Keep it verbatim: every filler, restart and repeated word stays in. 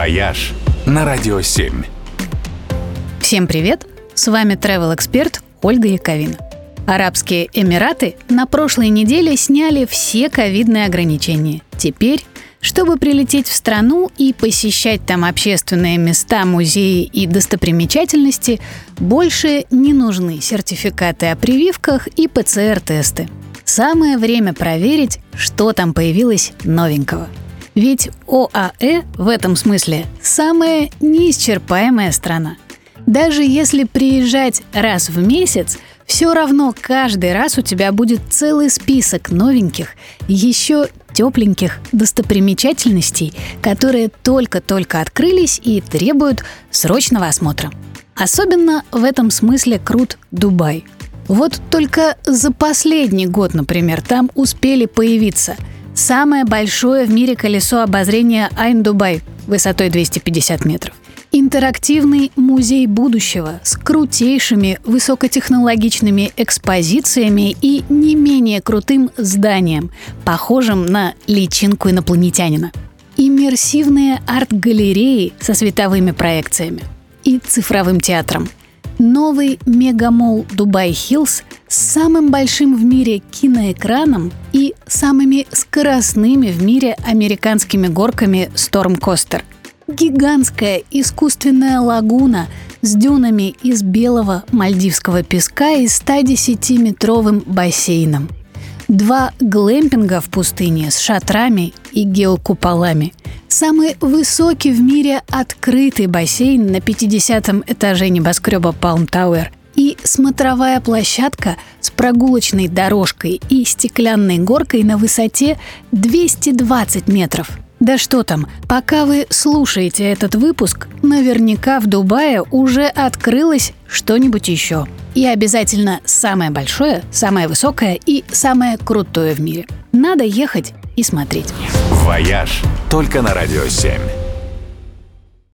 «Вояж» на Радио семь. Всем привет! С вами travel-эксперт Ольга Яковина. Арабские Эмираты на прошлой неделе сняли все ковидные ограничения. Теперь, чтобы прилететь в страну и посещать там общественные места, музеи и достопримечательности, больше не нужны сертификаты о прививках и пэ цэ эр-тесты. Самое время проверить, что там появилось новенького. Ведь о а э в этом смысле самая неисчерпаемая страна. Даже если приезжать раз в месяц, все равно каждый раз у тебя будет целый список новеньких, еще тепленьких достопримечательностей, которые только-только открылись и требуют срочного осмотра. Особенно в этом смысле крут Дубай. Вот только за последний год, например, там успели появиться самое большое в мире колесо обозрения Айн-Дубай высотой двести пятьдесят метров, интерактивный музей будущего с крутейшими высокотехнологичными экспозициями и не менее крутым зданием, похожим на личинку инопланетянина, иммерсивные арт-галереи со световыми проекциями и цифровым театром, новый мегамолл Дубай Хиллз с самым большим в мире киноэкраном и самыми скоростными в мире американскими горками Storm Coaster, гигантская искусственная лагуна с дюнами из белого мальдивского песка и ста десятиметровым бассейном, два глэмпинга в пустыне с шатрами и геокуполами, самый высокий в мире открытый бассейн на пятидесятом этаже небоскреба Palm Tower и смотровая площадка с прогулочной дорожкой и стеклянной горкой на высоте двести двадцать метров. Да что там, пока вы слушаете этот выпуск, наверняка в Дубае уже открылось что-нибудь еще. И обязательно самое большое, самое высокое и самое крутое в мире. Надо ехать и смотреть. «Вояж» только на Радио семь.